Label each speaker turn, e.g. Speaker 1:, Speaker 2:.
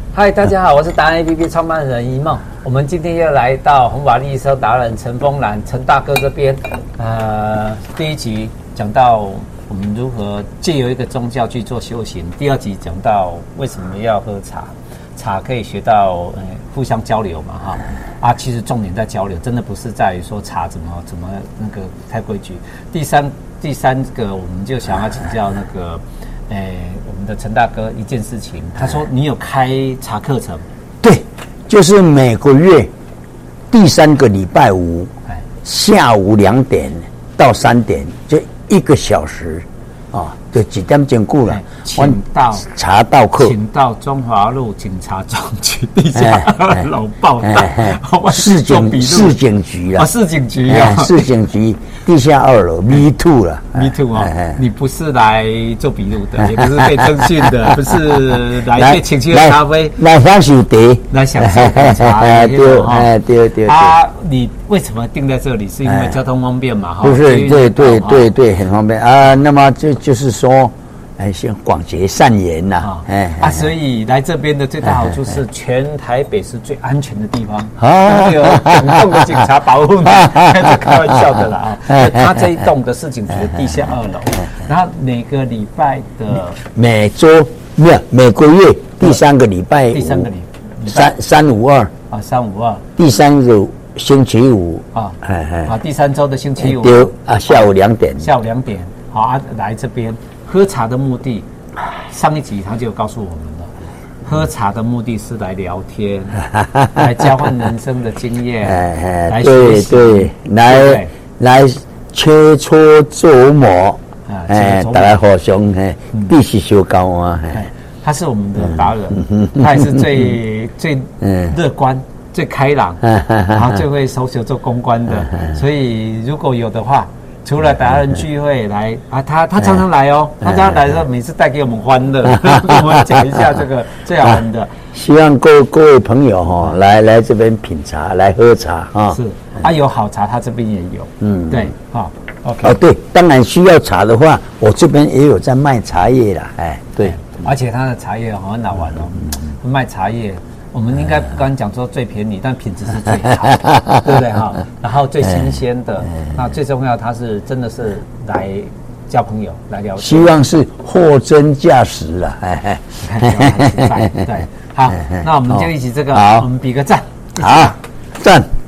Speaker 1: 嗨，大家好，我是达人 APP 创办人一梦。我们今天又来到弘法利生达人陈风兰陈大哥这边。第一集讲到我们如何借由一个宗教去做修行，第二集讲到为什么要喝茶，茶可以学到互相交流嘛哈其实重点在交流，真的不是在于说茶怎么那个太规矩。第三个我们就想要请教那个我们的陈大哥一件事情，他说你有开茶课程，
Speaker 2: 对，就是每个月第3个礼拜五下午2点到3点，就1个小时就几点钟过了，
Speaker 1: 请到
Speaker 2: 茶道课，
Speaker 1: 请到中华路警察总局地下2楼报到，
Speaker 2: 市警局啦，
Speaker 1: 市警局
Speaker 2: 市警局地下2楼 ，Me too 了
Speaker 1: ，Me too 你不是来做笔录的，也不是被征询的，不是来被请去喝咖啡，
Speaker 2: 来享受茶，
Speaker 1: 来享受茶，
Speaker 2: 对。
Speaker 1: 你为什么定在这里？是因为交通方便嘛？
Speaker 2: 不是，对，很方便那么就是说，像广结善缘呐，
Speaker 1: 所以来这边的最大好处是，全台北是最安全的地方有整栋的警察保护你，开玩笑的啦他这一栋的市警局的地下2楼，然后每个礼拜的
Speaker 2: 每个月第3个礼拜，
Speaker 1: 第3个礼
Speaker 2: 拜352
Speaker 1: 352，
Speaker 2: 第3个星期五
Speaker 1: 第3周的星期五
Speaker 2: 下午2点，
Speaker 1: 来这边喝茶的目的，上一集他就告诉我们了，喝茶的目的是来聊天，来交换人生的经验，来学习，
Speaker 2: 对，来切磋琢磨，大家互相必须修高啊。
Speaker 1: 他是我们的达人，他也是最乐观、最开朗，然后最会social做公关的，所以如果有的话，除了达人聚会来他常常来他常常来的时候，每次带给我们欢乐，跟我们讲一下这个最好玩的。
Speaker 2: 希望各位朋友来这边品茶，来喝茶
Speaker 1: 是有好茶，他这边也有，对
Speaker 2: OK 对，当然需要茶的话，我这边也有在卖茶叶啦，对，
Speaker 1: 而且他的茶叶很好玩卖茶叶。我们应该刚刚讲说最便宜，但品质是最好的，对不对然后最新鲜的，那最重要，他是真的是来交朋友，来聊天。
Speaker 2: 希望是货真价实了，
Speaker 1: 对，好，那我们就一起我们比个赞，
Speaker 2: 好，赞。